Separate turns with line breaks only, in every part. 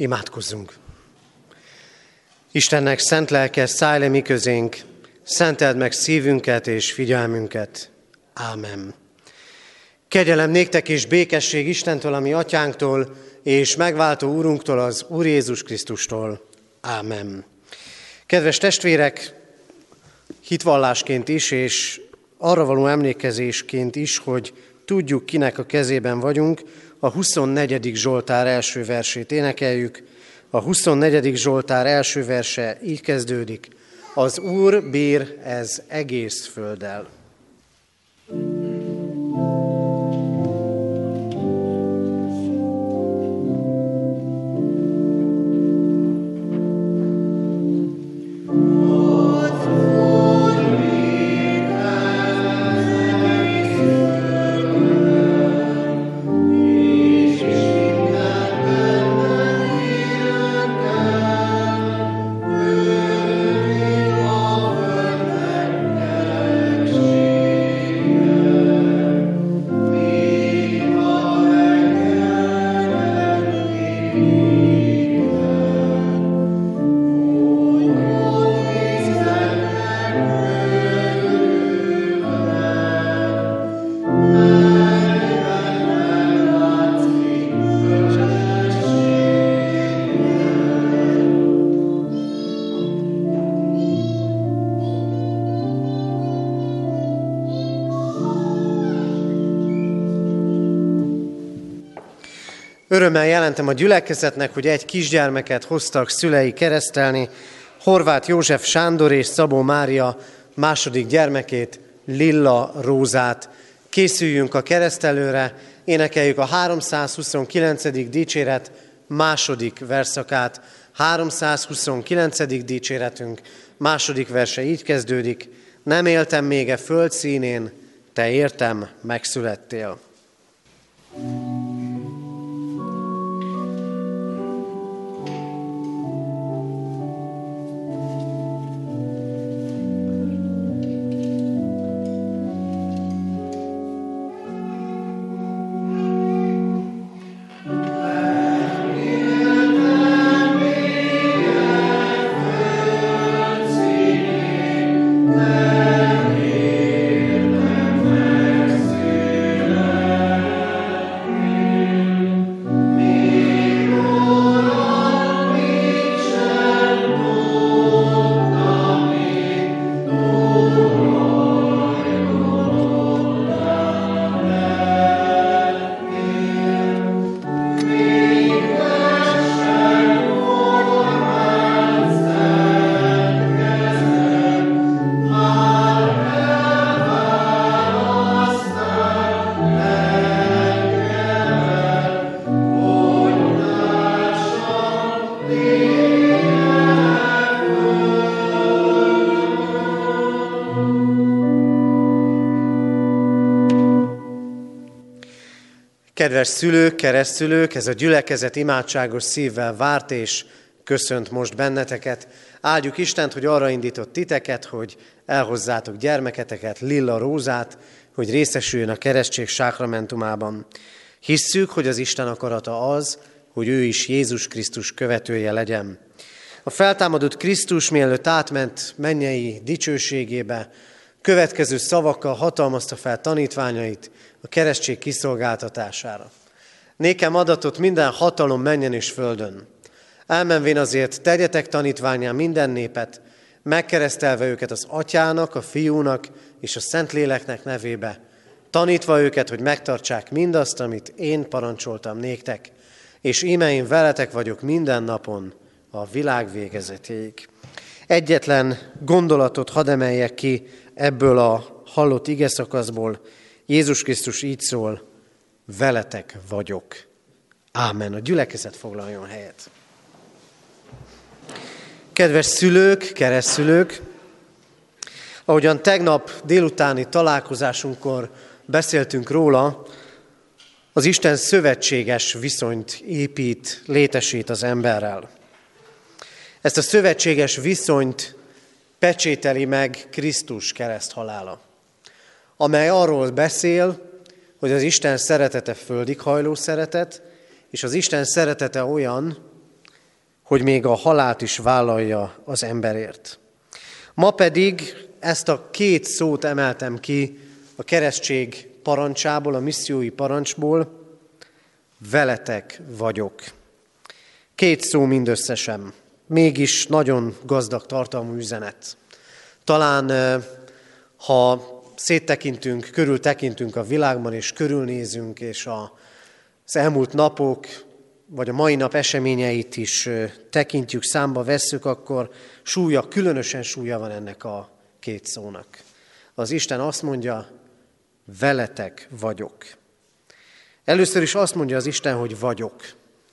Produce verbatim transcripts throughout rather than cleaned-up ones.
Imádkozzunk! Istennek szent lelke, szállj le mi közénk, szenteld meg szívünket és figyelmünket. Ámen. Kegyelem néktek és békesség Istentől, a mi atyánktól, és megváltó Úrunktól, az Úr Jézus Krisztustól. Ámen. Kedves testvérek, hitvallásként is, és arra való emlékezésként is, hogy tudjuk, kinek a kezében vagyunk, a huszonnegyedik Zsoltár első versét énekeljük. A huszonnegyedik Zsoltár első verse így kezdődik: az Úr bír ez egész földdel. Örömmel jelentem a gyülekezetnek, hogy egy kisgyermeket hoztak szülei keresztelni, Horváth József Sándor és Szabó Mária második gyermekét, Lilla Rózát. Készüljünk a keresztelőre, énekeljük a háromszázhuszonkilencedik dicséret második verszakát. háromszázhuszonkilencedik dicséretünk második verse így kezdődik: nem éltem még e föld színén, te értem megszülettél. Kedves szülők, keresztszülők, ez a gyülekezet imádságos szívvel várt és köszönt most benneteket. Áldjuk Istent, hogy arra indított titeket, hogy elhozzátok gyermeketeket, Lilla Rózát, hogy részesüljön a keresztség sákramentumában. Hisszük, hogy az Isten akarata az, hogy ő is Jézus Krisztus követője legyen. A feltámadott Krisztus, mielőtt átment mennyei dicsőségébe, következő szavakkal hatalmazta fel tanítványait a keresztség kiszolgáltatására. Nékem adatot minden hatalom mennyen és földön. Elmenvén azért tegyetek tanítvánnyá minden népet, megkeresztelve őket az Atyának, a Fiúnak és a Szentléleknek nevébe, tanítva őket, hogy megtartsák mindazt, amit én parancsoltam néktek, és íme én veletek vagyok minden napon a világ végezetéig. Egyetlen gondolatot hadd emeljek ki ebből a hallott igeszakaszból. Jézus Krisztus így szól: veletek vagyok. Ámen. A gyülekezet foglaljon helyet. Kedves szülők, keresztszülők, ahogyan tegnap délutáni találkozásunkkor beszéltünk róla, az Isten szövetséges viszonyt épít, létesít az emberrel. Ezt a szövetséges viszonyt pecsételi meg Krisztus kereszthalála, amely arról beszél, hogy az Isten szeretete földig hajló szeretet, és az Isten szeretete olyan, hogy még a halált is vállalja az emberért. Ma pedig ezt a két szót emeltem ki a keresztség parancsából, a missziói parancsból, veletek vagyok. Két szó mindösszesen, mégis nagyon gazdag tartalmú üzenet. Talán, ha széttekintünk, körültekintünk a világban, és körülnézünk, és az elmúlt napok, vagy a mai nap eseményeit is tekintjük, számba vesszük, akkor súlya, különösen súlya van ennek a két szónak. Az Isten azt mondja, veletek vagyok. Először is azt mondja az Isten, hogy vagyok.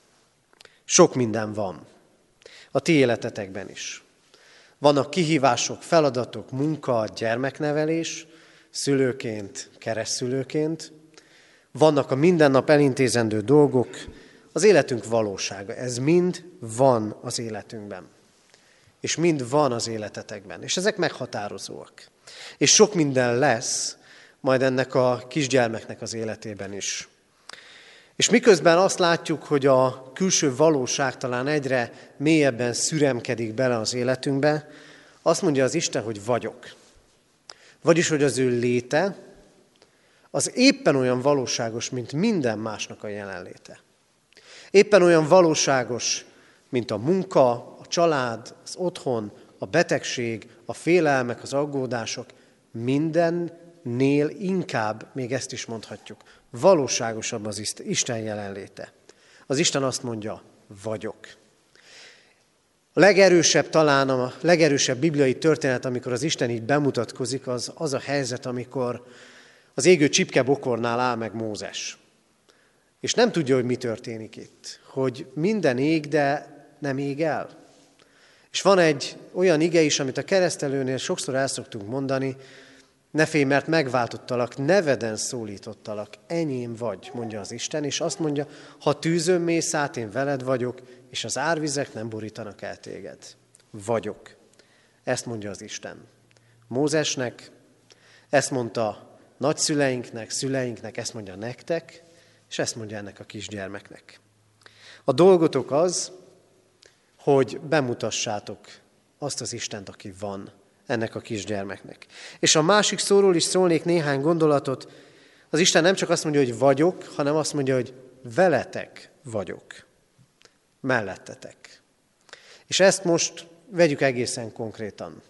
Sok minden van. A ti életetekben is. Vannak kihívások, feladatok, munka, gyermeknevelés, szülőként, keresztszülőként. Vannak a mindennap elintézendő dolgok, az életünk valósága. Ez mind van az életünkben. És mind van az életetekben. És ezek meghatározóak. És sok minden lesz majd ennek a kisgyermeknek az életében is. És miközben azt látjuk, hogy a külső valóság talán egyre mélyebben szüremkedik bele az életünkbe, azt mondja az Isten, hogy vagyok. Vagyis, hogy az ő léte az éppen olyan valóságos, mint minden másnak a jelenléte. Éppen olyan valóságos, mint a munka, a család, az otthon, a betegség, a félelmek, az aggódások, mindennél inkább, még ezt is mondhatjuk, valóságosabb az Isten jelenléte. Az Isten azt mondja, vagyok. A legerősebb, talán a legerősebb bibliai történet, amikor az Isten így bemutatkozik, az az a helyzet, amikor az égő csipkebokornál áll meg Mózes. És nem tudja, hogy mi történik itt. Hogy minden ég, de nem ég el. És van egy olyan ige is, amit a keresztelőnél sokszor el szoktunk mondani, ne félj, mert megváltottalak, neveden szólítottalak, enyém vagy, mondja az Isten, és azt mondja, ha tűzön mész át, én veled vagyok, és az árvizek nem borítanak el téged. Vagyok. Ezt mondja az Isten. Mózesnek, ezt mondta nagyszüleinknek, szüleinknek, ezt mondja nektek, és ezt mondja ennek a kisgyermeknek. A dolgotok az, hogy bemutassátok azt az Istent, aki van ennek a kisgyermeknek. És a másik szóról is szólnék néhány gondolatot. Az Isten nem csak azt mondja, hogy vagyok, hanem azt mondja, hogy veletek vagyok. Mellettetek. És ezt most vegyük egészen konkrétan.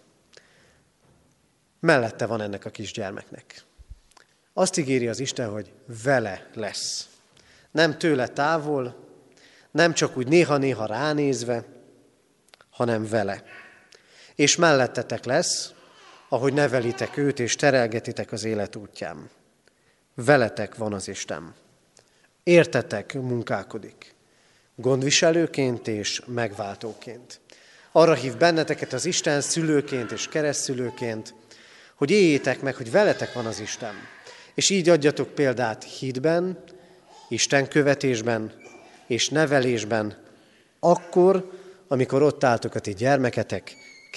Mellette van ennek a kisgyermeknek. Azt ígéri az Isten, hogy vele lesz. Nem tőle távol, nem csak úgy néha-néha ránézve, hanem vele. És mellettetek lesz, ahogy nevelitek őt, és terelgetitek az élet útján. Veletek van az Isten. Értetek munkálkodik. Gondviselőként és megváltóként. Arra hív benneteket az Isten szülőként és keresztszülőként, hogy éljétek meg, hogy veletek van az Isten. És így adjatok példát hitben, Isten követésben és nevelésben, akkor, amikor ott álltok a ti gyermeketek,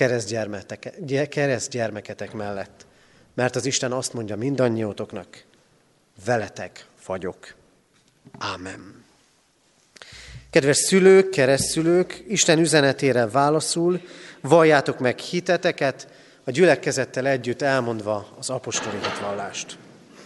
keresztgyermeketek mellett. Mert az Isten azt mondja mindannyiótoknak, veletek vagyok. Ámen. Kedves szülők, keresztszülők, Isten üzenetére válaszul, valljátok meg hiteteket, a gyülekezettel együtt elmondva az apostoli hitvallást.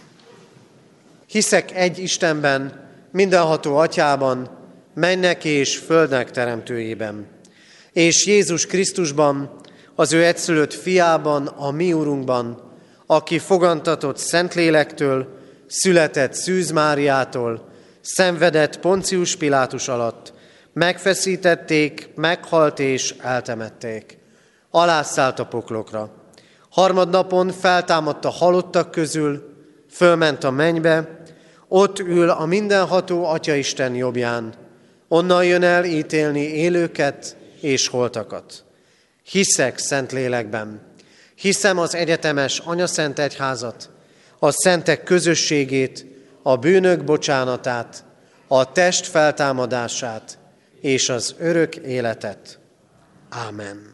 Hiszek egy Istenben, mindenható Atyában, mennek és földnek teremtőjében, és Jézus Krisztusban, az ő egyszülött fiában, a mi Urunkban, aki fogantatott Szentlélektől, született Szűz Máriától, szenvedett Poncius Pilátus alatt, megfeszítették, meghalt és eltemették. Alászállt a poklokra. Harmadnapon feltámadt a halottak közül, fölment a mennybe, ott ül a mindenható Atyaisten jobbján. Onnan jön el ítélni élőket és holtakat. Hiszek Szentlélekben, hiszem az egyetemes Anyaszent Egyházat, a szentek közösségét, a bűnök bocsánatát, a test feltámadását és az örök életet. Ámen.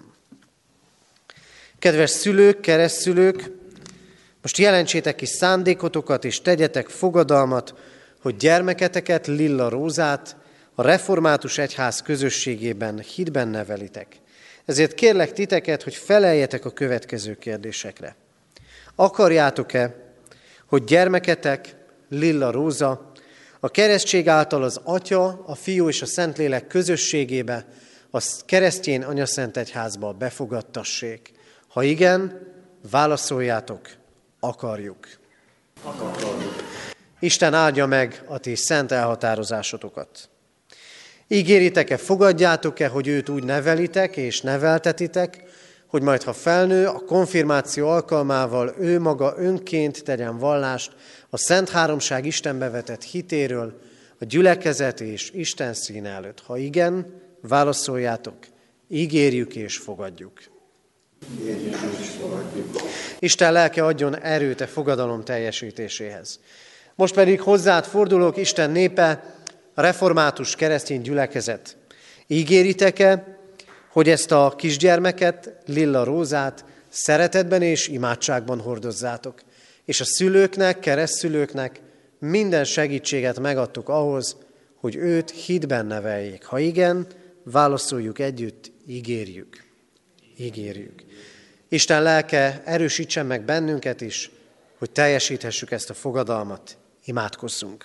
Kedves szülők, keresztszülők, most jelentsétek ki szándékotokat és tegyetek fogadalmat, hogy gyermeketeket, Lilla Rózát a református egyház közösségében hitben nevelitek. Ezért kérlek titeket, hogy feleljetek a következő kérdésekre. Akarjátok-e, hogy gyermeketek, Lilla Róza, a keresztség által az Atya, a Fiú és a Szentlélek közösségébe, a keresztény anyaszent egyházba befogadtassék? Ha igen, válaszoljátok, akarjuk. Akarjuk. Isten áldja meg a ti szent elhatározásotokat. Ígéritek-e, fogadjátok-e, hogy őt úgy nevelitek és neveltetitek, hogy majd, ha felnő, a konfirmáció alkalmával ő maga önként tegyen vallást a Szent Háromság Istenbe vetett hitéről, a gyülekezet és Isten színe előtt? Ha igen, válaszoljátok, ígérjük és fogadjuk. Ígérjük és fogadjuk. Isten lelke adjon erőt a fogadalom teljesítéséhez. Most pedig hozzád fordulok, Isten népe, a református keresztény gyülekezet. Ígéritek-e, hogy ezt a kisgyermeket, Lilla Rózát szeretetben és imádságban hordozzátok, és a szülőknek, keresztszülőknek minden segítséget megadtuk ahhoz, hogy őt hitben neveljék? Ha igen, válaszoljuk együtt, ígérjük. Ígérjük. Isten lelke erősítsen meg bennünket is, hogy teljesíthessük ezt a fogadalmat. Imádkozzunk.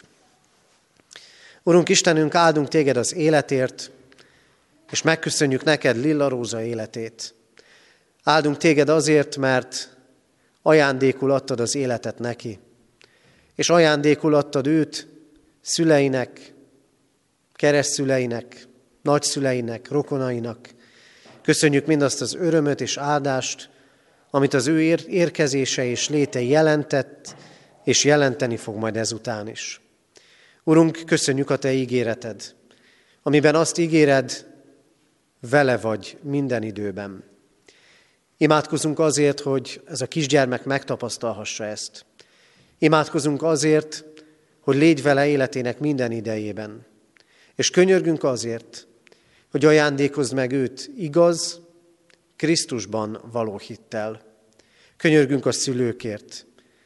Urunk Istenünk, áldunk téged az életért, és megköszönjük neked Lilla Róza életét. Áldunk téged azért, mert ajándékul adtad az életet neki, és ajándékul adtad őt szüleinek, keresztszüleinek, nagyszüleinek, rokonainak. Köszönjük mindazt az örömöt és áldást, amit az ő érkezése és léte jelentett, és jelenteni fog majd ezután is. Urunk, köszönjük a te ígéreted, amiben azt ígéred, vele vagy minden időben. Imádkozunk azért, hogy ez a kisgyermek megtapasztalhassa ezt. Imádkozunk azért, hogy légy vele életének minden idejében. És könyörgünk azért, hogy ajándékozd meg őt igaz, Krisztusban való hittel. Könyörgünk a szülőkért,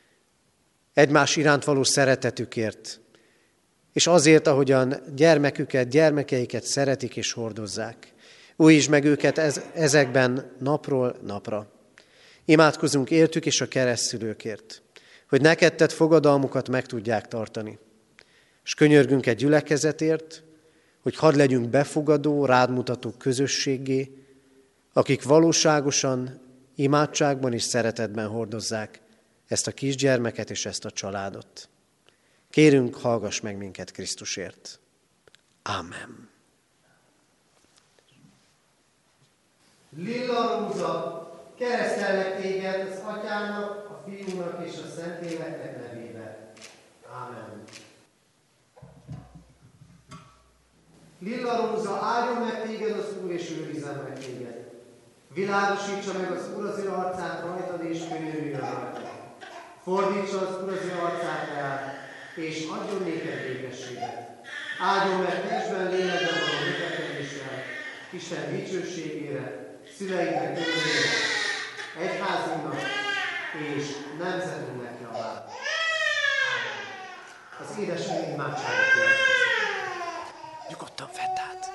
egymás iránt való szeretetükért, és azért, ahogyan gyermeküket, gyermekeiket szeretik és hordozzák. Újítsd meg őket ez, ezekben napról napra. Imádkozunk értük és a keresztszülőkért, hogy neked tett fogadalmukat meg tudják tartani. És könyörgünk egy gyülekezetért, hogy hadd legyünk befogadó, rád mutató közösséggé, akik valóságosan, imádságban és szeretetben hordozzák ezt a kisgyermeket és ezt a családot. Kérünk, hallgass meg minket Krisztusért. Ámen. Lilla Róza, keresztellek téged az Atyának, a Fiúnak és a Szentléleknek nevébe. Ámen. Lilla Róza, áldjon meg téged az Úr, és őrizzen meg téged. Világosítsa meg az Úr az ő arcát rajtad, és könyörüljön rajtad. Fordítsa az Úr az ő arcát rád, és adjon néked békességet. Áldjon meg testben, lélekben való növekedéssel, Isten dicsőségére, szüleinek örömére, egyházunknak és nemzetünknek javára. Az édesanyag imádságot következik. Nyugodtan vedd át.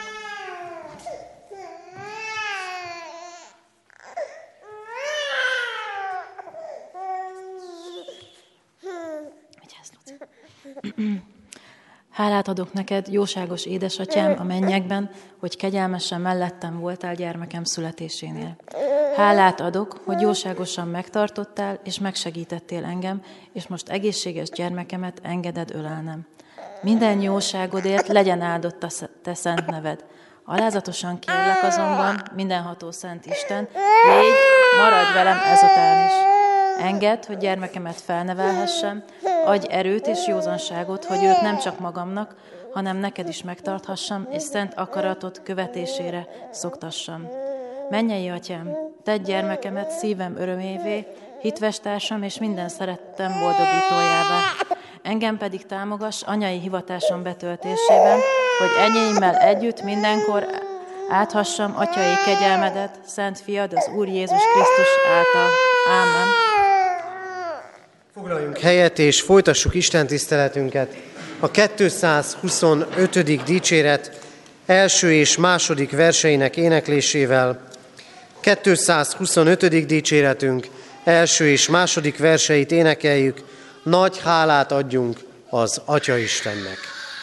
Hálát adok neked, jóságos édesatyám a mennyekben, hogy kegyelmesen mellettem voltál gyermekem születésénél. Hálát adok, hogy jóságosan megtartottál és megsegítettél engem, és most egészséges gyermekemet engeded ölelnem. Minden jóságodért legyen áldott a te szent neved. Alázatosan kérlek azonban, mindenható szent Isten, légy, maradj velem ezután is. Engedd, hogy gyermekemet felnevelhessem, adj erőt és józanságot, hogy őt nem csak magamnak, hanem neked is megtarthassam, és szent akaratot követésére szoktassam. Mennyei atyám, tedd gyermekemet szívem örömévé, hitves társam és minden szerettem boldogítójává. Engem pedig támogass anyai hivatásom betöltésében, hogy enyémmel együtt mindenkor áthassam atyai kegyelmedet, szent fiad, az Úr Jézus Krisztus által. Ámen.
Foglaljunk helyet, és folytassuk Isten tiszteletünket. a kétszázhuszonötödik dicséret első és második verseinek éneklésével. kétszázhuszonötödik dicséretünk első és második verseit énekeljük, nagy hálát adjunk az Atya Istennek.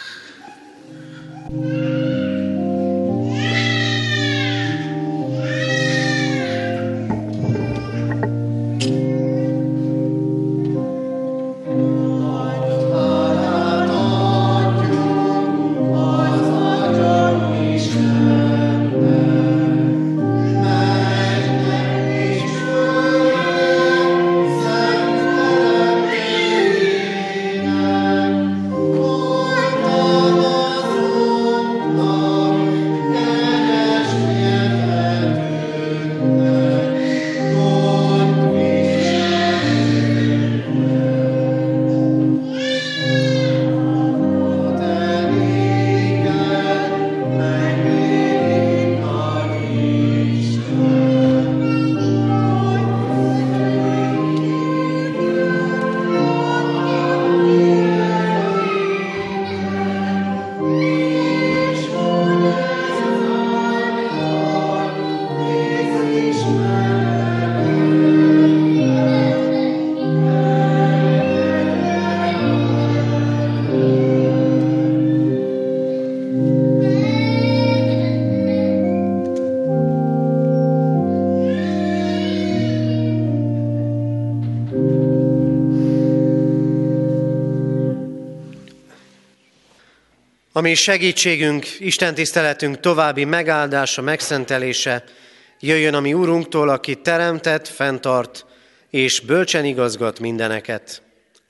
Ami segítségünk, Isten tiszteletünk további megáldása, megszentelése jöjjön a mi Úrunktól, aki teremtett, fenntart és bölcsen igazgat mindeneket.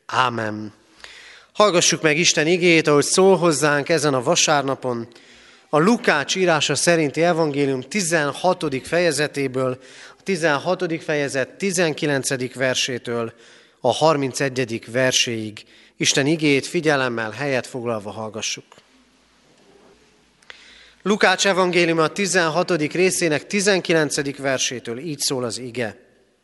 Ámen. Hallgassuk meg Isten igéjét, ahogy szól hozzánk ezen a vasárnapon, a Lukács írása szerinti evangélium tizenhatodik fejezetéből, a tizenhatodik fejezet tizenkilencedik versétől a harmincegyedik verséig. Isten igéjét figyelemmel, helyet foglalva hallgassuk. Lukács evangélium a tizenhatodik részének tizenkilencedik versétől így szól az ige.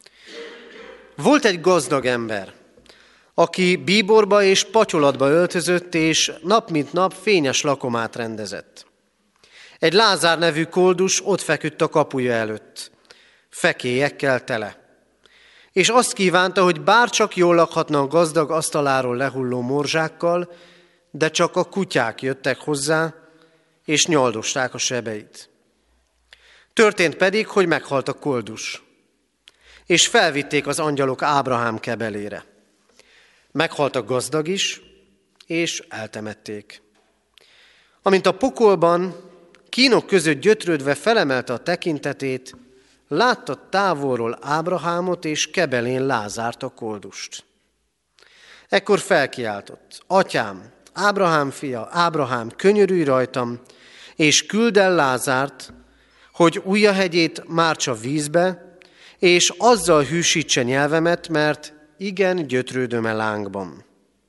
Volt egy gazdag ember, aki bíborba és patyolatba öltözött, és nap mint nap fényes lakomát rendezett. Egy Lázár nevű koldus ott feküdt a kapuja előtt, fekélyekkel tele. És azt kívánta, hogy bárcsak jól lakhatna a gazdag asztaláról lehulló morzsákkal, de csak a kutyák jöttek hozzá, és nyaldosták a sebeit. Történt pedig, hogy meghalt a koldus, és felvitték az angyalok Ábrahám kebelére. Meghalt a gazdag is, és eltemették. Amint a pokolban kínok között gyötrődve felemelte a tekintetét, látta távolról Ábrahámot és kebelén Lázárt, a koldust. Ekkor felkiáltott: Atyám, Ábrahám fia, Ábrahám, könyörülj rajtam, és küld el Lázárt, hogy ujjahegyét mártsa vízbe, és azzal hűsítse nyelvemet, mert igen gyötrődöm a lángban.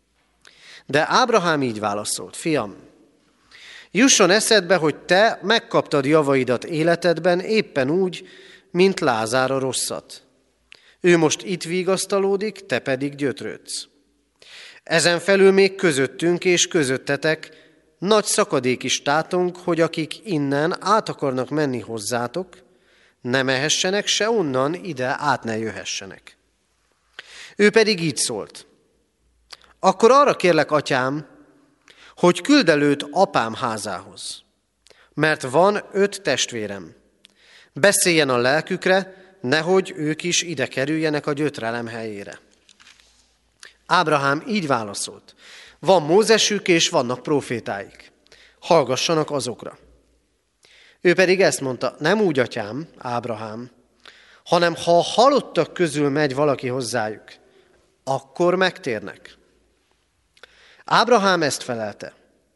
De Ábrahám így válaszolt: Fiam, jusson eszedbe, hogy te megkaptad javaidat életedben éppen úgy, mint Lázár a rosszat. Ő most itt vigasztalódik, te pedig gyötrődsz. Ezen felül még közöttünk és közöttetek nagy szakadék is tátunk, hogy akik innen át akarnak menni hozzátok, ne mehessenek, se onnan ide át ne jöhessenek. Ő pedig így szólt: Akkor arra kérlek, atyám, hogy küld el őt apám házához, mert van öt testvérem. Beszéljen a lelkükre, nehogy ők is ide kerüljenek a gyötrelem helyére. Ábrahám így válaszolt: Van Mózesük és vannak profétáik. Hallgassanak azokra. Ő pedig ezt mondta: Nem úgy, atyám, Ábrahám, hanem ha a halottak közül megy valaki hozzájuk, akkor megtérnek. Ábrahám ezt felelte: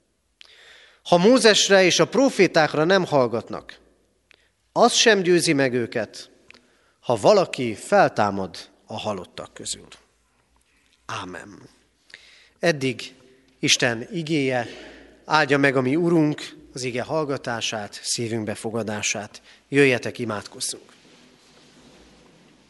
Ha Mózesre és a profétákra nem hallgatnak, az sem győzi meg őket, ha valaki feltámad a halottak közül. Ámen. Eddig Isten igéje, áldja meg a mi Urunk az ige hallgatását, szívünk befogadását. Jöjjetek, imádkozzunk.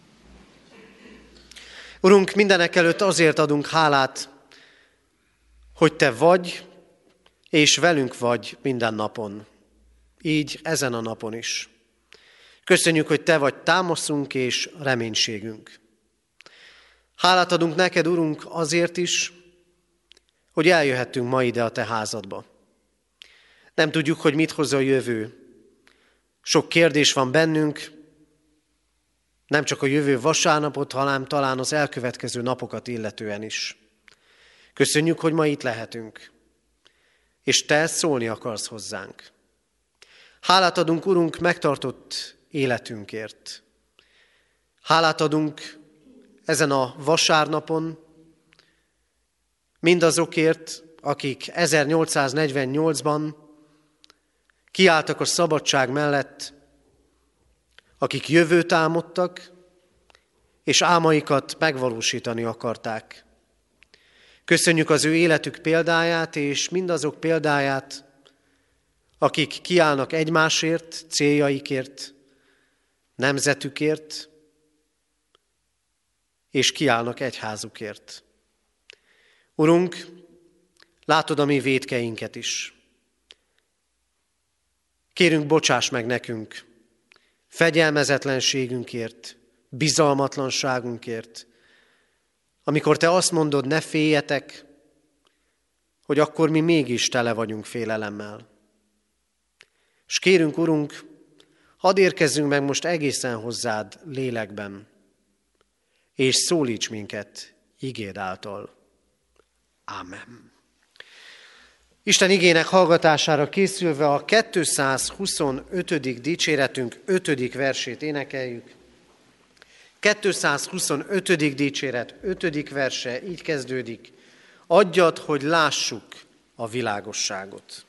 Urunk, mindenek előtt azért adunk hálát, hogy te vagy, és velünk vagy minden napon. Így ezen a napon is. Köszönjük, hogy te vagy támaszunk és reménységünk. Hálát adunk neked, Urunk, azért is, hogy eljöhettünk ma ide a te házadba. Nem tudjuk, hogy mit hoz a jövő. Sok kérdés van bennünk, nem csak a jövő vasárnapot, hanem talán az elkövetkező napokat illetően is. Köszönjük, hogy ma itt lehetünk, és te szólni akarsz hozzánk. Hálát adunk, Urunk, megtartott életünkért. Hálát adunk ezen a vasárnapon mindazokért, akik ezernyolcszáznegyvennyolcban kiálltak a szabadság mellett, akik jövőt álmodtak, és álmaikat megvalósítani akarták. Köszönjük az ő életük példáját, és mindazok példáját, akik kiállnak egymásért, céljaikért, nemzetükért, és kiállnak egyházukért. Urunk, látod a mi vétkeinket is. Kérünk, bocsáss meg nekünk fegyelmezetlenségünkért, bizalmatlanságunkért, amikor te azt mondod, ne féljetek, hogy akkor mi mégis tele vagyunk félelemmel. És kérünk, Urunk, hadd érkezzünk meg most egészen hozzád lélekben, és szólíts minket igéd által. Ámen. Isten igének hallgatására készülve a kétszázhuszonötödik dicséretünk ötödik versét énekeljük. kétszázhuszonötödik dicséret ötödik verse így kezdődik. Adjad, hogy lássuk a világosságot.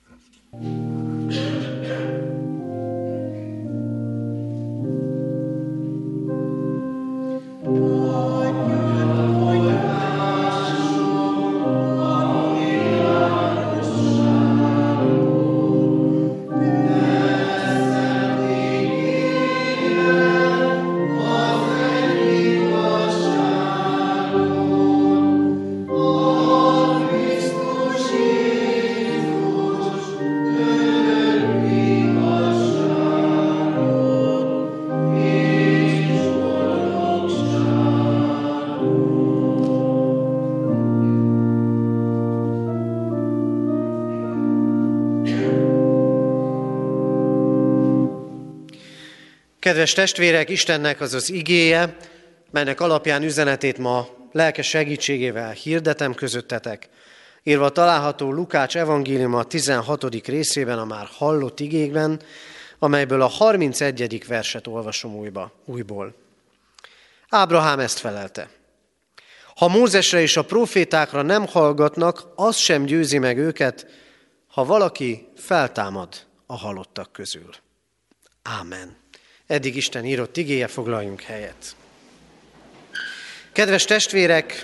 Kedves testvérek, Istennek az az igéje, melynek alapján üzenetét ma lelke segítségével hirdetem közöttetek, írva található Lukács evangéliuma tizenhatodik részében a már hallott igékben, amelyből a harmincegyedik verset olvasom újba, újból. Ábrahám ezt felelte. Ha Mózesre és a profétákra nem hallgatnak, az sem győzi meg őket, ha valaki feltámad a halottak közül. Ámen. Eddig Isten írott igéje, foglaljunk helyet. Kedves testvérek,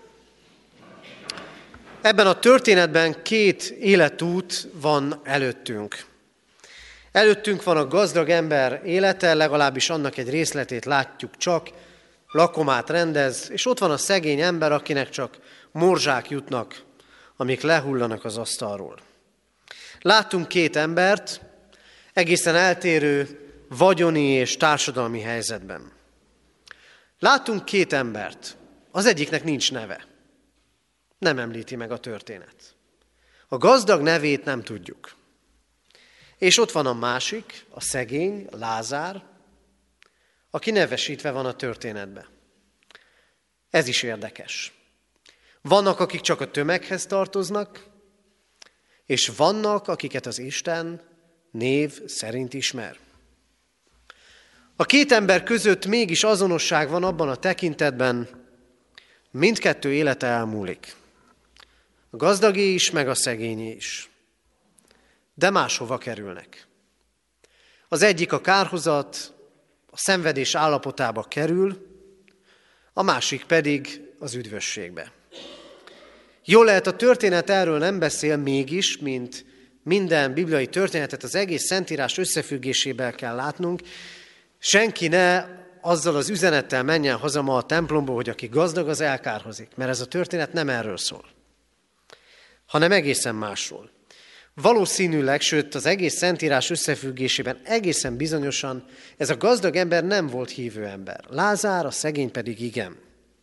ebben a történetben két életút van előttünk. Előttünk van a gazdag ember élete, legalábbis annak egy részletét látjuk csak, lakomát rendez, és ott van a szegény ember, akinek csak morzsák jutnak, amik lehullanak az asztalról. Láttunk két embert, egészen eltérő vagyoni és társadalmi helyzetben. Látunk két embert, az egyiknek nincs neve. Nem említi meg a történet. A gazdag nevét nem tudjuk. És ott van a másik, a szegény, Lázár, aki nevesítve van a történetbe. Ez is érdekes. Vannak, akik csak a tömeghez tartoznak, és vannak, akiket az Isten név szerint ismer. A két ember között mégis azonosság van abban a tekintetben, mindkettő élete elmúlik. A gazdagé is, meg a szegényé is. De máshova kerülnek. Az egyik a kárhozat, a szenvedés állapotába kerül, a másik pedig az üdvösségbe. Jól lehet, a történet erről nem beszél, mégis, mint minden bibliai történetet, az egész Szentírás összefüggésében kell látnunk. Senki ne azzal az üzenettel menjen haza ma a templomból, hogy aki gazdag, az elkárhozik, mert ez a történet nem erről szól. hanem egészen másról. Valószínűleg, sőt az egész Szentírás összefüggésében egészen bizonyosan ez a gazdag ember nem volt hívő ember. Lázár, a szegény pedig igen.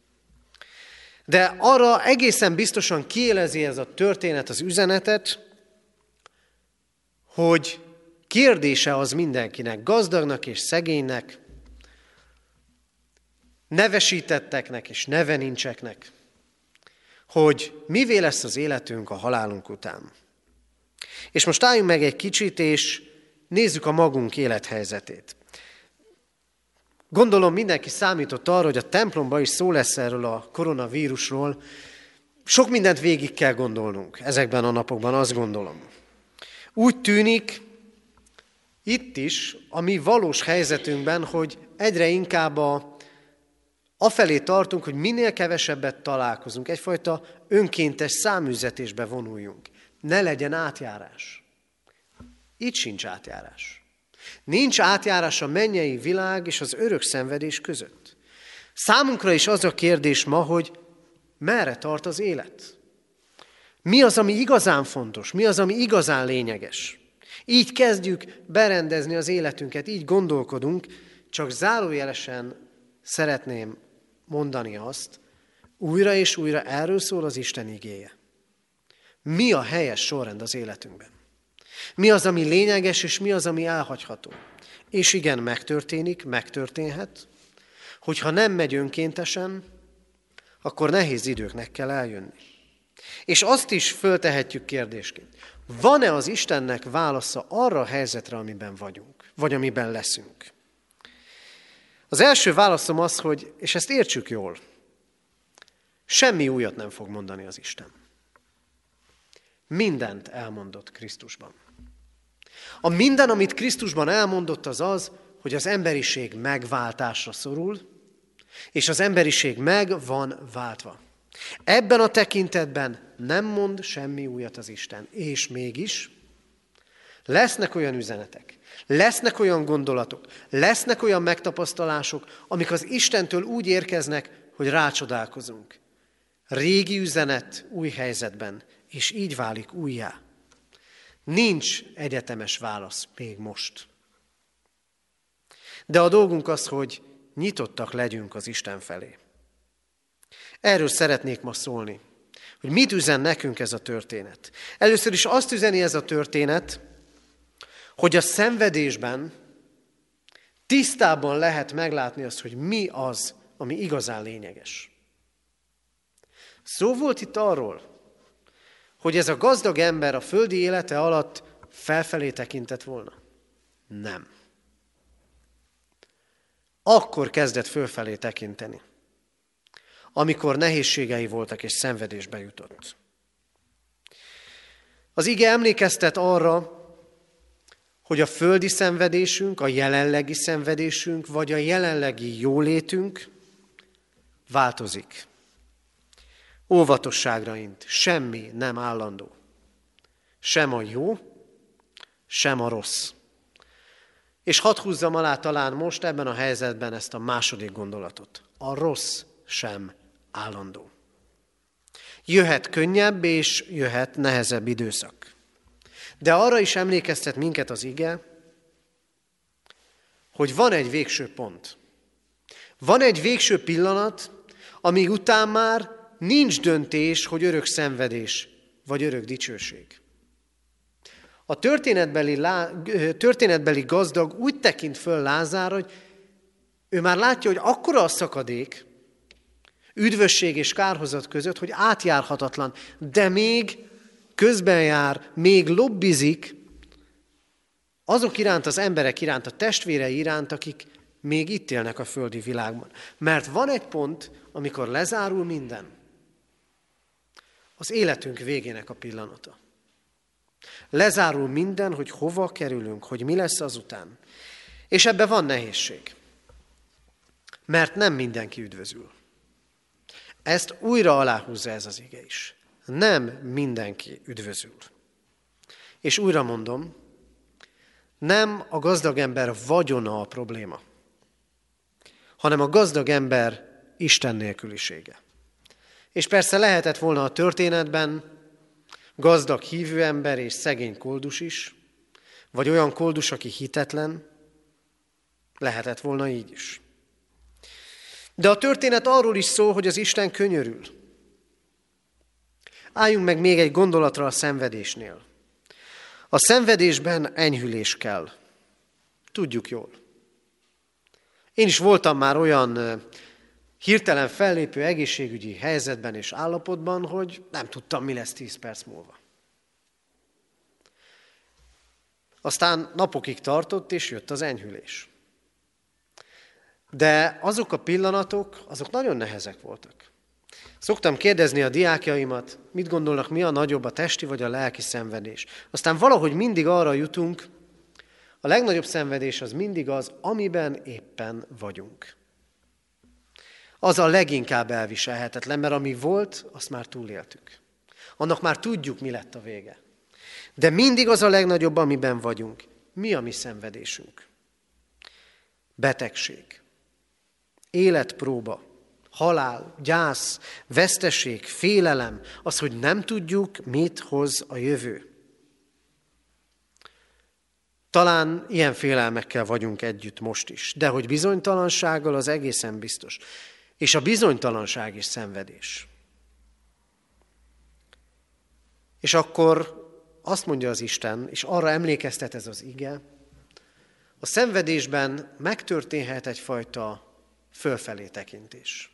De arra egészen biztosan kiélezi ez a történet az üzenetet, hogy kérdése az mindenkinek, gazdagnak és szegénynek, nevesítetteknek és nevenincseknek, hogy mivé lesz az életünk a halálunk után. És most álljunk meg egy kicsit, és nézzük a magunk élethelyzetét. Gondolom mindenki számított arra, hogy a templomban is szó lesz erről a koronavírusról. Sok mindent végig kell gondolnunk ezekben a napokban, azt gondolom. Úgy tűnik itt is, a mi valós helyzetünkben, hogy egyre inkább a, afelé tartunk, hogy minél kevesebbet találkozunk, egyfajta önkéntes száműzetésbe vonuljunk. Ne legyen átjárás. Itt sincs átjárás. Nincs átjárás a mennyei világ és az örök szenvedés között. Számunkra is az a kérdés ma, hogy merre tart az élet? Mi az, ami igazán fontos? Mi az, ami igazán lényeges? Így kezdjük berendezni az életünket, így gondolkodunk, csak zárójelesen szeretném mondani azt, újra és újra erről szól az Isten igéje. Mi a helyes sorrend az életünkben? Mi az, ami lényeges, és mi az, ami elhagyható? És igen, megtörténik, megtörténhet, hogyha nem megy önkéntesen, akkor nehéz időknek kell eljönni. És azt is föltehetjük kérdésként. Van-e az Istennek válasza arra a helyzetre, amiben vagyunk, vagy amiben leszünk? Az első válaszom az, hogy, és ezt értsük jól, semmi újat nem fog mondani az Isten. Mindent elmondott Krisztusban. A minden, amit Krisztusban elmondott, az az, hogy az emberiség megváltásra szorul, és az emberiség meg van váltva. Ebben a tekintetben nem mond semmi újat az Isten. És mégis lesznek olyan üzenetek, lesznek olyan gondolatok, lesznek olyan megtapasztalások, amik az Istentől úgy érkeznek, hogy rácsodálkozunk. Régi üzenet új helyzetben, és így válik újjá. Nincs egyetemes válasz még most. De a dolgunk az, hogy nyitottak legyünk az Isten felé. Erről szeretnék ma szólni, hogy mit üzen nekünk ez a történet. Először is azt üzeni ez a történet, hogy a szenvedésben tisztában lehet meglátni azt, hogy mi az, ami igazán lényeges. Szó volt itt arról, hogy ez a gazdag ember a földi élete alatt felfelé tekintett volna? Nem. Akkor kezdett fölfelé tekinteni, amikor nehézségei voltak és szenvedésbe jutott. Az ige emlékeztet arra, hogy a földi szenvedésünk, a jelenlegi szenvedésünk, vagy a jelenlegi jólétünk változik. Óvatosságra int, semmi nem állandó. Sem a jó, sem a rossz. És hadd húzzam alá talán most ebben a helyzetben ezt a második gondolatot. A rossz sem állandó. Jöhet könnyebb és jöhet nehezebb időszak. De arra is emlékeztet minket az ige, hogy van egy végső pont. Van egy végső pillanat, amíg után már nincs döntés, hogy örök szenvedés vagy örök dicsőség. A történetbeli, lá, történetbeli gazdag úgy tekint föl Lázár, hogy ő már látja, hogy akkora a szakadék, üdvösség és kárhozat között, hogy átjárhatatlan, de még közben jár, még lobbizik azok iránt, az emberek iránt, a testvérei iránt, akik még itt élnek a földi világban. Mert van egy pont, amikor lezárul minden. Az életünk végének a pillanata. Lezárul minden, hogy hova kerülünk, hogy mi lesz azután. És ebben van nehézség. Mert nem mindenki üdvözül. Ezt újra aláhúzza ez az ige is. Nem mindenki üdvözül. És újra mondom, nem a gazdag ember vagyona a probléma, hanem a gazdag ember Isten nélkülisége. És persze lehetett volna a történetben gazdag hívő ember és szegény koldus is, vagy olyan koldus, aki hitetlen, lehetett volna így is. De a történet arról is szól, hogy az Isten könyörül. Álljunk meg még egy gondolatra a szenvedésnél. A szenvedésben enyhülés kell. Tudjuk jól. Én is voltam már olyan hirtelen fellépő egészségügyi helyzetben és állapotban, hogy nem tudtam, mi lesz tíz perc múlva. Aztán napokig tartott, és jött az enyhülés. De azok a pillanatok, azok nagyon nehezek voltak. Szoktam kérdezni a diákjaimat, mit gondolnak, mi a nagyobb, a testi vagy a lelki szenvedés. Aztán valahogy mindig arra jutunk, a legnagyobb szenvedés az mindig az, amiben éppen vagyunk. Az a leginkább elviselhetetlen, mert ami volt, azt már túléltük. Annak már tudjuk, mi lett a vége. De mindig az a legnagyobb, amiben vagyunk. Mi a mi szenvedésünk? Betegség, életpróba, halál, gyász, veszteség, félelem, az, hogy nem tudjuk, mit hoz a jövő. Talán ilyen félelmekkel vagyunk együtt most is, de hogy bizonytalansággal, az egészen biztos. És a bizonytalanság is szenvedés. És akkor azt mondja az Isten, és arra emlékeztet ez az ige, a szenvedésben megtörténhet egyfajta fölfelé tekintés.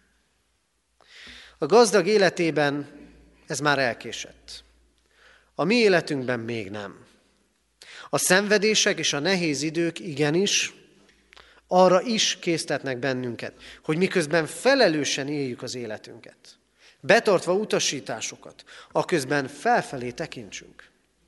A gazdag életében ez már elkésett. A mi életünkben még nem. A szenvedések és a nehéz idők igenis arra is késztetnek bennünket, hogy miközben felelősen éljük az életünket, betartva utasításokat, aközben felfelé tekintsünk.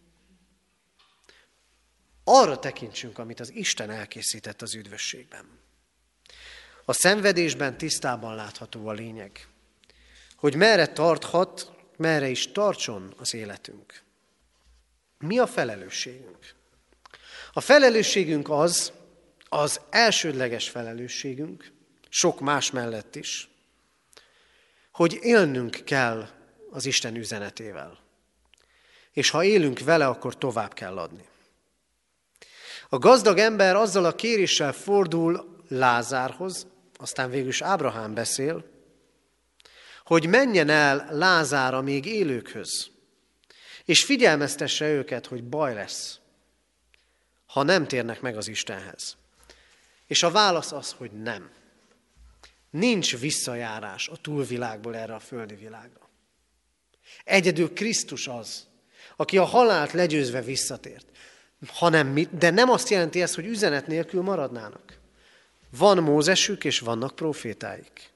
Arra tekintsünk, amit az Isten elkészített az üdvösségben. A szenvedésben tisztában látható a lényeg, hogy merre tarthat, merre is tartson az életünk. Mi a felelősségünk? A felelősségünk az, az elsődleges felelősségünk, sok más mellett is, hogy élnünk kell az Isten üzenetével. És ha élünk vele, akkor tovább kell adni. A gazdag ember azzal a kéréssel fordul Lázárhoz, aztán végül is Ábrahám beszél, hogy menjen el Lázár a még élőkhöz, és figyelmeztesse őket, hogy baj lesz, ha nem térnek meg az Istenhez. És a válasz az, hogy nem. Nincs visszajárás a túlvilágból erre a földi világra. Egyedül Krisztus az, aki a halált legyőzve visszatért. Hanem mit, de nem azt jelenti ez, hogy üzenet nélkül maradnának. Van Mózesük, és vannak prófétáik.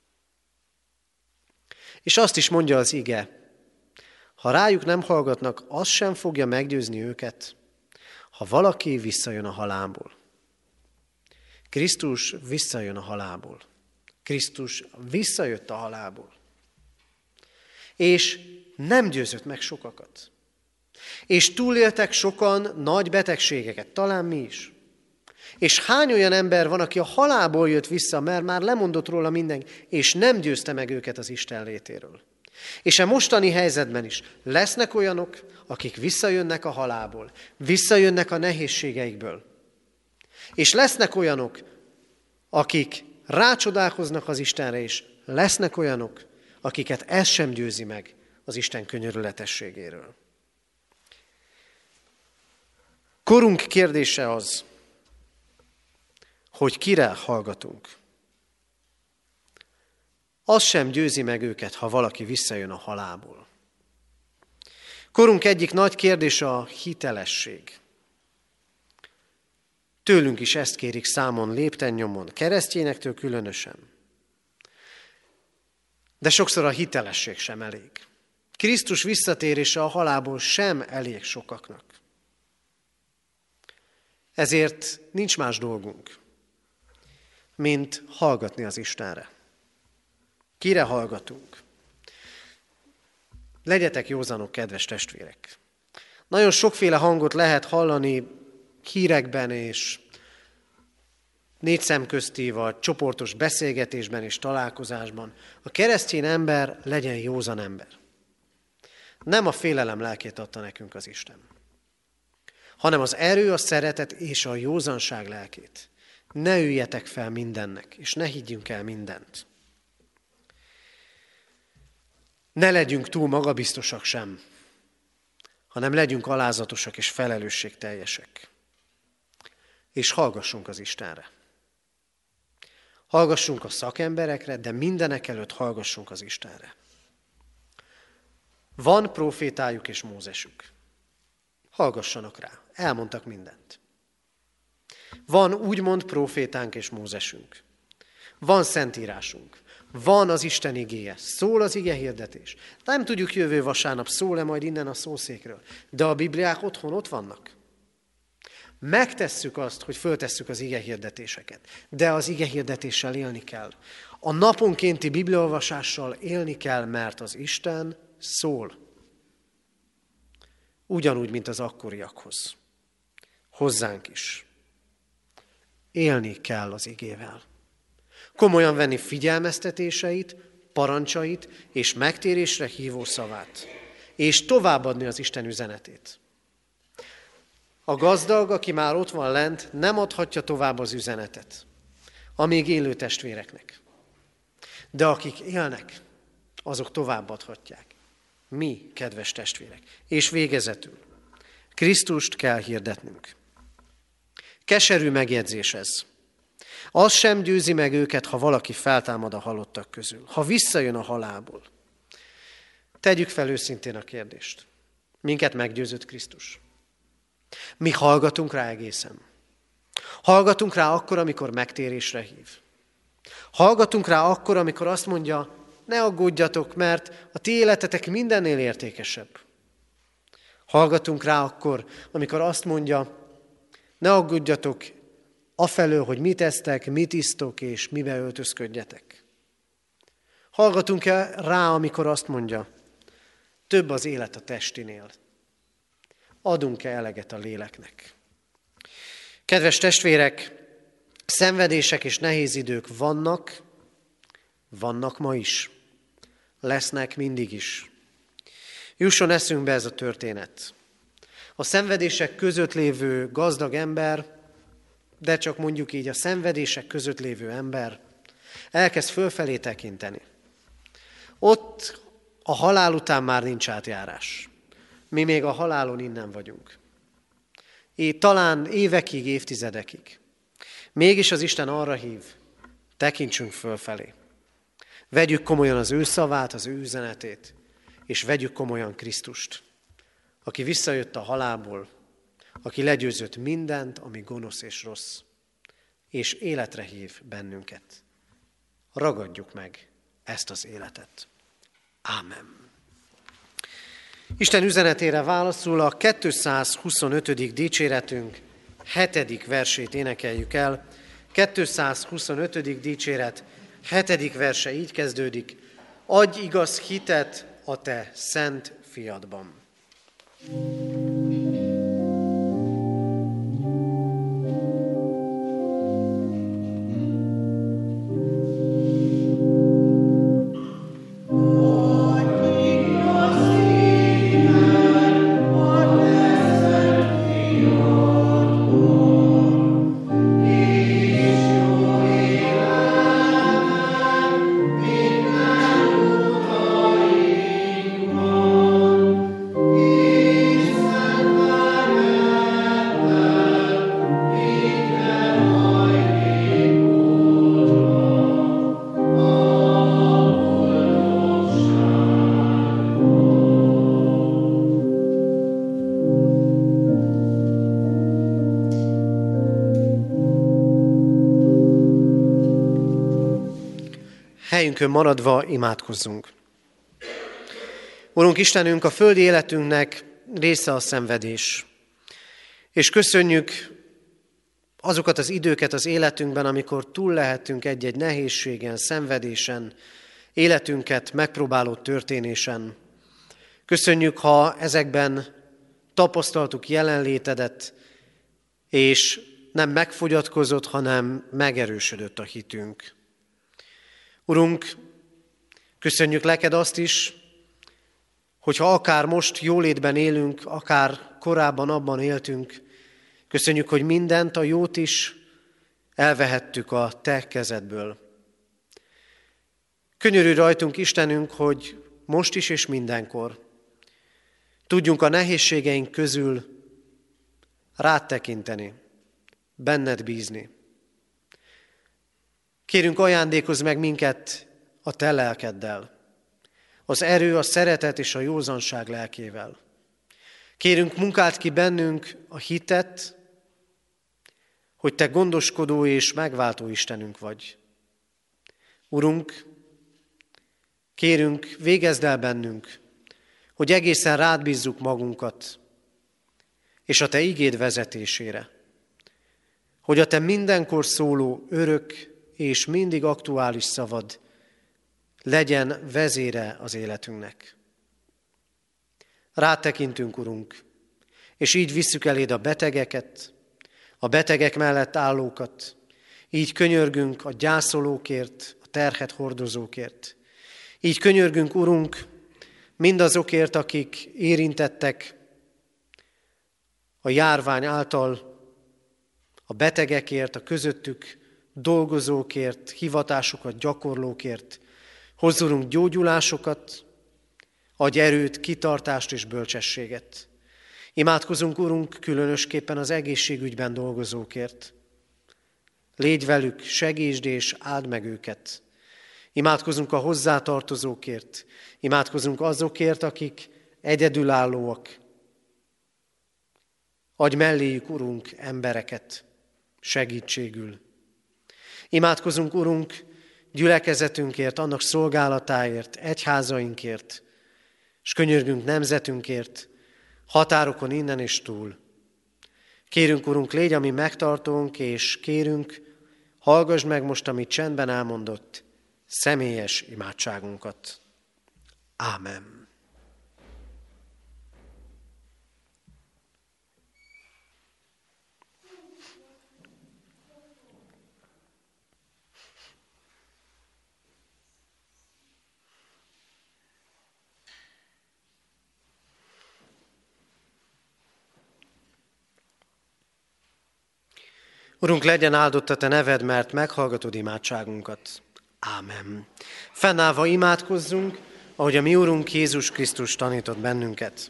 És azt is mondja az ige, ha rájuk nem hallgatnak, az sem fogja meggyőzni őket, ha valaki visszajön a halálból. Krisztus visszajön a halálból. Krisztus visszajött a halálból. És nem győzött meg sokakat. És túléltek sokan nagy betegségeket, talán mi is. És hány olyan ember van, aki a halálból jött vissza, mert már lemondott róla mindenki, és nem győzte meg őket az Isten létéről. És a mostani helyzetben is lesznek olyanok, akik visszajönnek a halálból, visszajönnek a nehézségeikből. És lesznek olyanok, akik rácsodálkoznak az Istenre, és lesznek olyanok, akiket ez sem győzi meg az Isten könyörületességéről. Korunk kérdése az, hogy kire hallgatunk. Az sem győzi meg őket, ha valaki visszajön a halálból. Korunk egyik nagy kérdése a hitelesség. Tőlünk is ezt kérik számon, lépten nyomon, keresztényektől különösen. De sokszor a hitelesség sem elég. Krisztus visszatérése a halálból sem elég sokaknak. Ezért nincs más dolgunk, mint hallgatni az Istenre. Kire hallgatunk? Legyetek józanok, kedves testvérek! Nagyon sokféle hangot lehet hallani hírekben és négy szem közti vagy csoportos beszélgetésben és találkozásban. A keresztény ember legyen józan ember. Nem a félelem lelkét adta nekünk az Isten, hanem az erő, a szeretet és a józanság lelkét. Ne üljetek fel mindennek, és ne higgyünk el mindent. Ne legyünk túl magabiztosak sem, hanem legyünk alázatosak és felelősségteljesek. És hallgassunk az Istenre. Hallgassunk a szakemberekre, de mindenek előtt hallgassunk az Istenre. Van profétájuk és Mózesük. Hallgassanak rá. Elmondtak mindent. Van úgymond profétánk és Mózesünk. Van szentírásunk. Van az Isten igéje. Szól az ige hirdetés. Nem tudjuk jövő vasárnap szól-e majd innen a szószékről. De a Bibliák otthon ott vannak. Megtesszük azt, hogy föltesszük az ige hirdetéseket. De az ige hirdetéssel élni kell. A naponkénti bibliaolvasással élni kell, mert az Isten szól. Ugyanúgy, mint az akkoriakhoz. Hozzánk is. Élni kell az igével. Komolyan venni figyelmeztetéseit, parancsait és megtérésre hívó szavát. És továbbadni az Isten üzenetét. A gazdag, aki már ott van lent, nem adhatja tovább az üzenetet a még élő testvéreknek. De akik élnek, azok továbbadhatják. Mi, kedves testvérek. És végezetül, Krisztust kell hirdetnünk. Keserű megjegyzés ez. Az sem győzi meg őket, ha valaki feltámad a halottak közül, ha visszajön a halálból. Tegyük fel őszintén a kérdést. Minket meggyőzött Krisztus. Mi hallgatunk rá egészen. Hallgatunk rá akkor, amikor megtérésre hív. Hallgatunk rá akkor, amikor azt mondja, ne aggódjatok, mert a ti életetek mindennél értékesebb. Hallgatunk rá akkor, amikor azt mondja, ne aggódjatok afelől, hogy mit esztek, mit isztok és mibe öltözködjetek. Hallgatunk rá, amikor azt mondja, több az élet a testinél. Adunk-e eleget a léleknek? Kedves testvérek, szenvedések és nehéz idők vannak, vannak ma is, lesznek mindig is. Jusson eszünkbe ez a történet. A szenvedések között lévő gazdag ember, de csak mondjuk így a szenvedések között lévő ember elkezd fölfelé tekinteni. Ott a halál után már nincs átjárás. Mi még a halálon innen vagyunk. Így talán évekig, évtizedekig. Mégis az Isten arra hív, tekintsünk fölfelé. Vegyük komolyan az ő szavát, az ő üzenetét, és vegyük komolyan Krisztust, aki visszajött a halálból, aki legyőzött mindent, ami gonosz és rossz, és életre hív bennünket. Ragadjuk meg ezt az életet. Ámen. Isten üzenetére válaszul a kétszázhuszonötödik dicséretünk hetedik versét énekeljük el. kétszázhuszonötödik dicséret hetedik verse így kezdődik. Adj igaz hitet a te szent fiadban. Helyünkön maradva imádkozzunk. Urunk Istenünk, a földi életünknek része a szenvedés. És köszönjük azokat az időket az életünkben, amikor túl lehetünk egy-egy nehézségen, szenvedésen, életünket megpróbáló történésen. Köszönjük, ha ezekben tapasztaltuk jelenlétedet, és nem megfogyatkozott, hanem megerősödött a hitünk. Urunk, köszönjük neked azt is, hogyha akár most jólétben élünk, akár korábban abban éltünk, köszönjük, hogy mindent, a jót is elvehettük a te kezedből. Könyörülj rajtunk, Istenünk, hogy most is és mindenkor tudjunk a nehézségeink közül rád tekinteni, benned bízni. Kérünk, ajándékozz meg minket a te lelkeddel, az erő, a szeretet és a józanság lelkével. Kérünk, munkáld ki bennünk a hitet, hogy te gondoskodó és megváltó Istenünk vagy. Urunk, kérünk, végezd el bennünk, hogy egészen rád bízzuk magunkat, és a te igéd vezetésére, hogy a te mindenkor szóló örök és mindig aktuális szavad legyen vezére az életünknek. Rád tekintünk, Urunk, és így visszük eléd a betegeket, a betegek mellett állókat, így könyörgünk a gyászolókért, a terhet hordozókért. Így könyörgünk, Urunk, mindazokért, akik érintettek a járvány által, a betegekért, a közöttük dolgozókért, hivatásokat gyakorlókért. Hozzunk gyógyulásokat, adj erőt, kitartást és bölcsességet. Imádkozunk, Urunk, különösképpen az egészségügyben dolgozókért. Légy velük, segítsd és áld meg őket. Imádkozunk a hozzátartozókért, imádkozunk azokért, akik egyedülállóak. Adj melléjük, Urunk, embereket segítségül. Imádkozunk, Urunk, gyülekezetünkért, annak szolgálatáért, egyházainkért, és könyörgünk nemzetünkért, határokon innen és túl. Kérünk, Urunk, légy a mi megtartónk, és kérünk, hallgass meg most, amit csendben elmondott, személyes imádságunkat. Ámen. Urunk, legyen áldott a te neved, mert meghallgatod imádságunkat. Ámen. Fennállva imádkozzunk, ahogy a mi Urunk Jézus Krisztus tanított bennünket.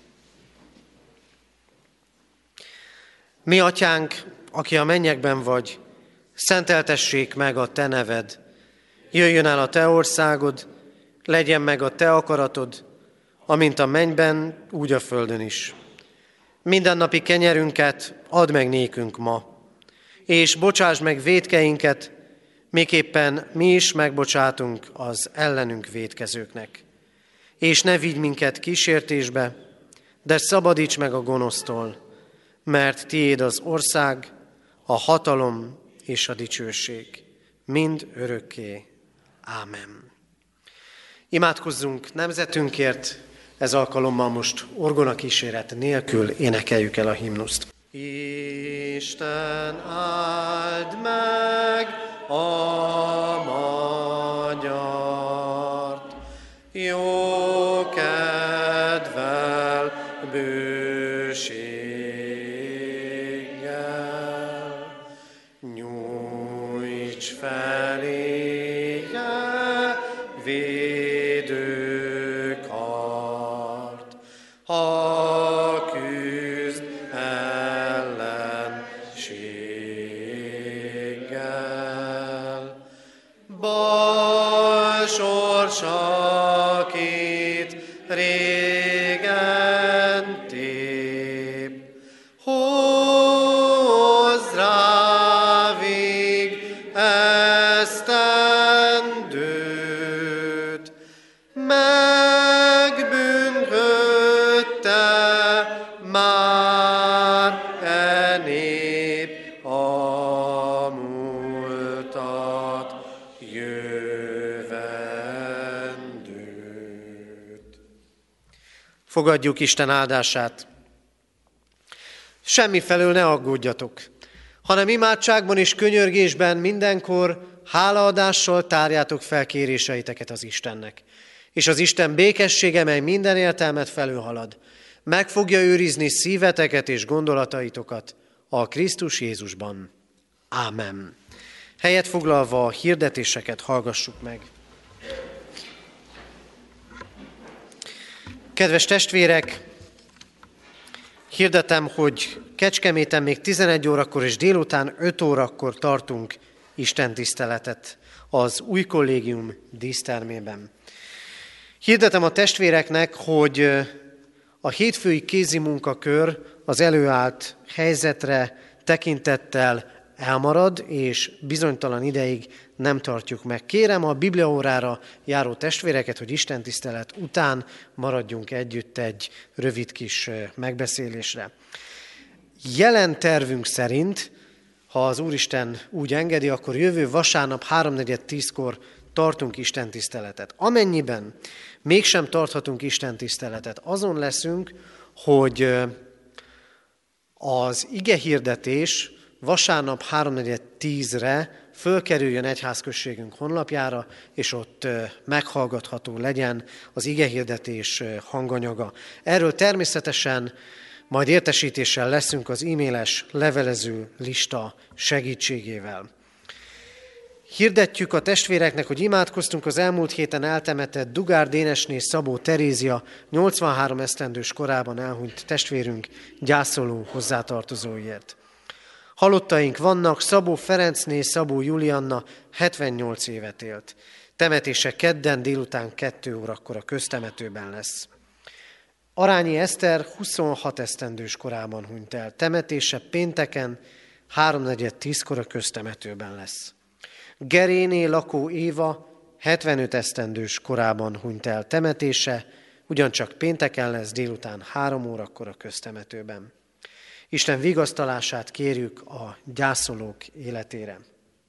Mi atyánk, aki a mennyekben vagy, szenteltessék meg a te neved. Jöjjön el a te országod, legyen meg a te akaratod, amint a mennyben, úgy a földön is. Mindennapi kenyerünket add meg nékünk ma, és bocsásd meg vétkeinket, miképpen mi is megbocsátunk az ellenünk vétkezőknek. És ne vigy minket kísértésbe, de szabadíts meg a gonosztól, mert tiéd az ország, a hatalom és a dicsőség, mind örökké. Ámen. Imádkozzunk nemzetünkért, ez alkalommal most orgona kíséret nélkül énekeljük el a himnuszt. Isten áld meg a magyart, jó kedvel, bőséggel, nyújts feléje védőkart, ha küzd ellenséggel. Bal sorsakét régen tép, hozz rá vég esztendőt, megbűnhödte már e nép a múltat, jövendőt. Fogadjuk Isten áldását. Semmifelől ne aggódjatok, hanem imádságban és könyörgésben mindenkor hálaadással tárjátok fel kéréseiteket az Istennek. És az Isten békessége, mely minden értelmet felülhalad, meg fogja őrizni szíveteket és gondolataitokat a Krisztus Jézusban. Ámen. Helyet foglalva a hirdetéseket hallgassuk meg. Kedves testvérek, hirdetem, hogy Kecskeméten még tizenegy órakor és délután öt órakor tartunk istentiszteletet az új kollégium dísztermében. Hirdetem a testvéreknek, hogy a hétfői kézi munkakör az előállt helyzetre tekintettel elmarad, és bizonytalan ideig nem tartjuk meg. Kérem a bibliaórára járó testvéreket, hogy istentisztelet után maradjunk együtt egy rövid kis megbeszélésre. Jelen tervünk szerint, ha az Úristen úgy engedi, akkor jövő vasárnap háromnegyed tízkor tartunk istentiszteletet. Amennyiben mégsem tarthatunk istentiszteletet, azon leszünk, hogy az igehirdetés vasárnap háromnegyed tízre fölkerüljön egyházközségünk honlapjára, és ott meghallgatható legyen az igehirdetés hanganyaga. Erről természetesen majd értesítéssel leszünk az e-mailes levelező lista segítségével. Hirdetjük a testvéreknek, hogy imádkoztunk az elmúlt héten eltemetett Dugár Dénesné Szabó Terézia nyolcvanhárom esztendős korában elhunyt testvérünk gyászoló hozzátartozóiért. Halottaink vannak, Szabó Ferencné Szabó Julianna hetvennyolc évet élt. Temetése kedden délután kettő órakor a köztemetőben lesz. Arányi Eszter huszonhat esztendős korában hunyt el. Temetése pénteken háromnegyed tízkor a köztemetőben lesz. Geréné Lakó Éva hetvenöt esztendős korában hunyt el. Temetése ugyancsak pénteken lesz délután három órakor a köztemetőben. Isten vigasztalását kérjük a gyászolók életére.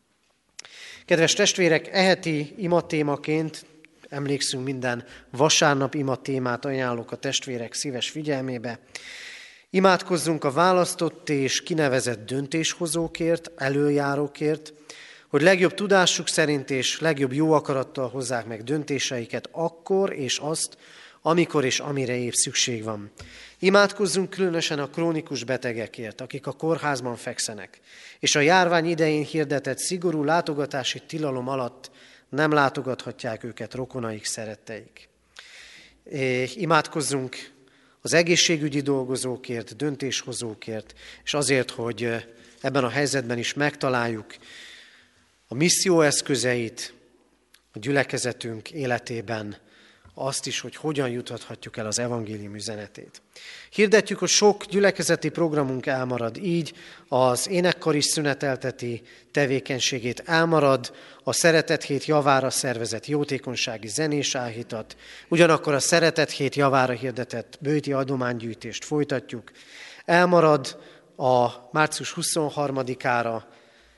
Kedves testvérek, eheti imatémaként emlékszünk minden vasárnap imatémát ajánlok a testvérek szíves figyelmébe. Imádkozzunk a választott és kinevezett döntéshozókért, előjárókért, hogy legjobb tudásuk szerint és legjobb jó akarattal hozzák meg döntéseiket akkor és azt, amikor és amire épp szükség van. Imádkozzunk különösen a krónikus betegekért, akik a kórházban fekszenek, és a járvány idején hirdetett szigorú látogatási tilalom alatt nem látogathatják őket rokonaik, szeretteik. Imádkozzunk az egészségügyi dolgozókért, döntéshozókért, és azért, hogy ebben a helyzetben is megtaláljuk a misszió eszközeit a gyülekezetünk életében, azt is, hogy hogyan juthatjuk el az evangélium üzenetét. Hirdetjük, hogy sok gyülekezeti programunk elmarad, így az énekkar is szünetelteti tevékenységét, elmarad a Szeretet Hét javára szervezett jótékonysági zenés áhítat, ugyanakkor a Szeretet Hét javára hirdetett bőti adománygyűjtést folytatjuk, elmarad a március huszonharmadikára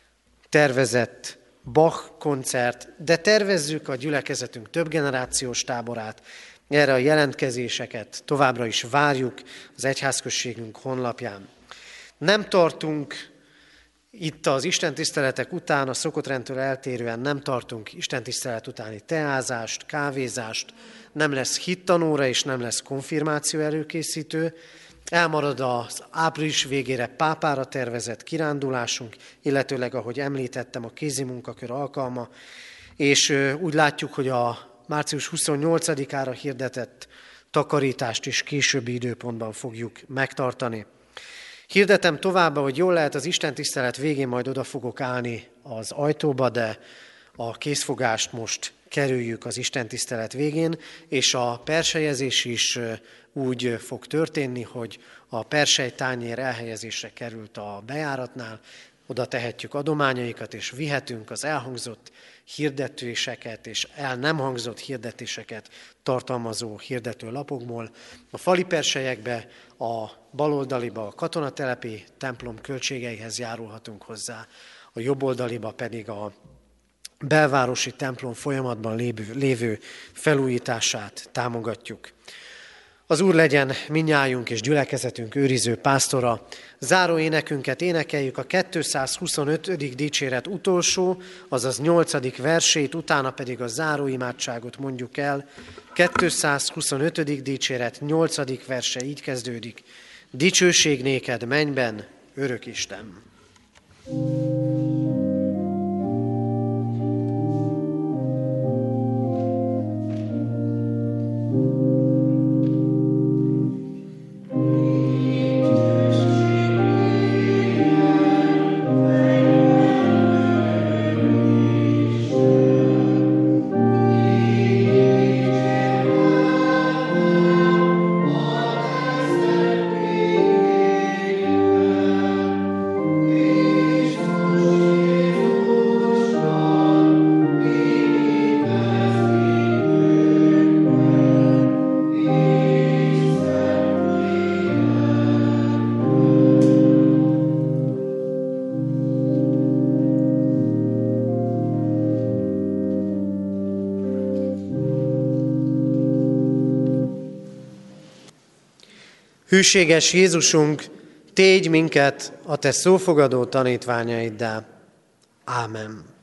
tervezett Bach koncert, de tervezzük a gyülekezetünk több generációs táborát, erre a jelentkezéseket továbbra is várjuk az egyházközségünk honlapján. Nem tartunk itt az istentiszteletek után, a szokott rendtől eltérően nem tartunk istentisztelet utáni teázást, kávézást, nem lesz hittanóra és nem lesz konfirmáció előkészítő, elmarad az április végére pápára tervezett kirándulásunk, illetőleg, ahogy említettem, a kézimunkakör alkalma, és úgy látjuk, hogy a március huszonnyolcadikára hirdetett takarítást is későbbi időpontban fogjuk megtartani. Hirdetem továbbá, hogy jól lehet az istentisztelet végén majd oda fogok állni az ajtóba, de a készfogást most kerüljük az istentisztelet végén, és a persejezés is úgy fog történni, hogy a persejtányér elhelyezésre került a bejáratnál, oda tehetjük adományaikat, és vihetünk az elhangzott hirdetéseket és el nem hangzott hirdetéseket tartalmazó hirdetőlapokból. A fali perselyekbe, a baloldaliba a katonatelepi templom költségeihez járulhatunk hozzá, a jobboldaliba pedig a belvárosi templom folyamatban lévő, lévő felújítását támogatjuk. Az Úr legyen mindnyájunk és gyülekezetünk őriző pásztora. Záró énekünket énekeljük, a kétszázhuszonötödik dicséret utolsó, azaz nyolcadik versét, utána pedig a záró imádságot mondjuk el. kétszázhuszonötödik dicséret nyolcadik verse így kezdődik. Dicsőség néked mennyben, örök Isten! Hűséges Jézusunk, tégy minket a te szófogadó tanítványaiddá. Ámen.